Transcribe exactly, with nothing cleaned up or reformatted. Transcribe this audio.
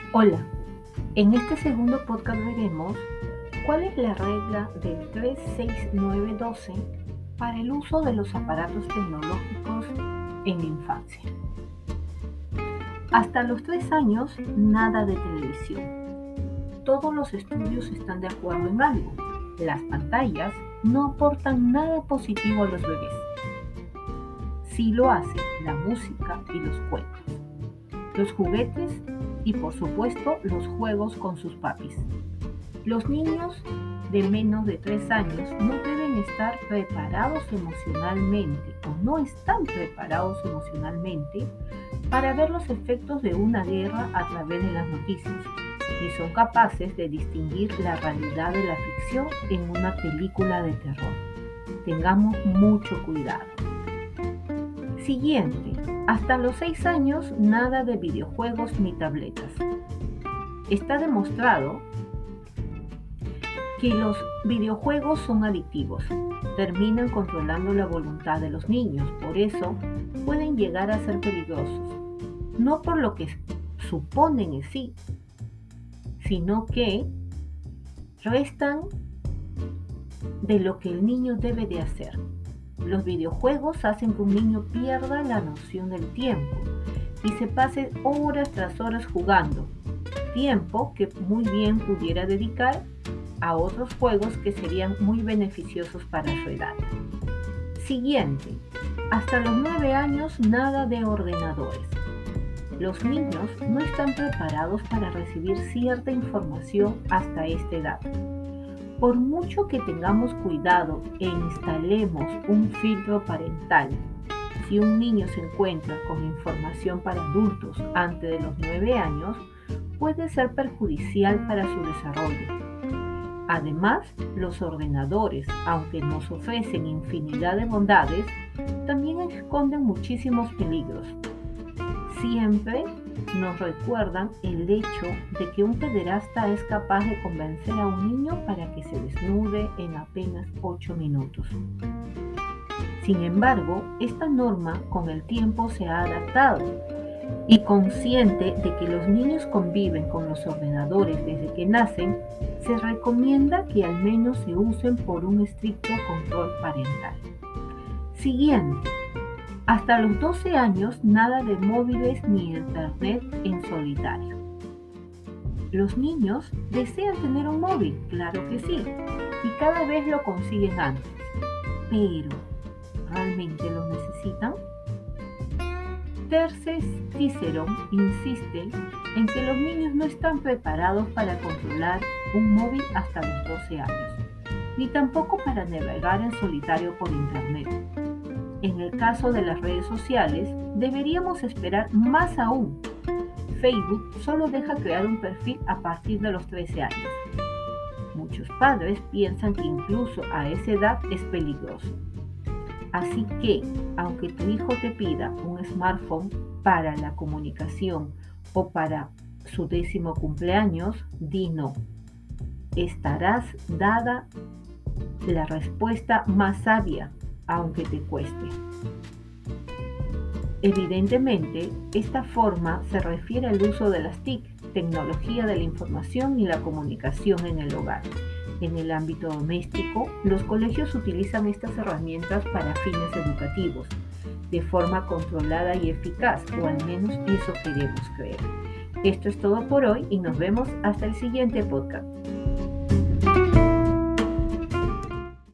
Hola, en este segundo podcast veremos cuál es la regla del tres seis nueve doce para el uso de los aparatos tecnológicos en la infancia. Hasta los tres años, nada de televisión. Todos los estudios están de acuerdo en algo. Las pantallas no aportan nada positivo a los bebés. Sí lo hace la música y los cuentos, los juguetes y por supuesto los juegos con sus papis. Los niños de menos de tres años no deben estar preparados emocionalmente o no están preparados emocionalmente para ver los efectos de una guerra a través de las noticias, ni son capaces de distinguir la realidad de la ficción en una película de terror. Tengamos mucho cuidado. Siguiente, hasta los seis años nada de videojuegos ni tabletas. Está demostrado que los videojuegos son adictivos, terminan controlando la voluntad de los niños, por eso pueden llegar a ser peligrosos, no por lo que suponen en sí, sino que restan de lo que el niño debe de hacer. Los videojuegos hacen que un niño pierda la noción del tiempo y se pase horas tras horas jugando, tiempo que muy bien pudiera dedicar a otros juegos que serían muy beneficiosos para su edad. Siguiente, hasta los nueve años nada de ordenadores. Los niños no están preparados para recibir cierta información hasta esta edad. Por mucho que tengamos cuidado e instalemos un filtro parental, si un niño se encuentra con información para adultos antes de los nueve años, puede ser perjudicial para su desarrollo. Además, los ordenadores, aunque nos ofrecen infinidad de bondades, también esconden muchísimos peligros. Siempre nos recuerdan el hecho de que un pederasta es capaz de convencer a un niño para que se desnude en apenas ocho minutos. Sin embargo, esta norma con el tiempo se ha adaptado y consciente de que los niños conviven con los ordenadores desde que nacen, se recomienda que al menos se usen por un estricto control parental. Siguiente. Hasta los doce años, nada de móviles ni internet en solitario. Los niños desean tener un móvil, claro que sí, y cada vez lo consiguen antes. Pero, ¿realmente lo necesitan? Terces Cicerón insiste en que los niños no están preparados para controlar un móvil hasta los doce años, ni tampoco para navegar en solitario por internet. En el caso de las redes sociales, deberíamos esperar más aún. Facebook solo deja crear un perfil a partir de los trece años. Muchos padres piensan que incluso a esa edad es peligroso. Así que, aunque tu hijo te pida un smartphone para la comunicación o para su décimo cumpleaños, di no. Estarás dada la respuesta más sabia, aunque te cueste. Evidentemente, esta forma se refiere al uso de las T I C, tecnología de la información y la comunicación en el hogar. En el ámbito doméstico, los colegios utilizan estas herramientas para fines educativos, de forma controlada y eficaz, o al menos eso queremos creer. Esto es todo por hoy y nos vemos hasta el siguiente podcast.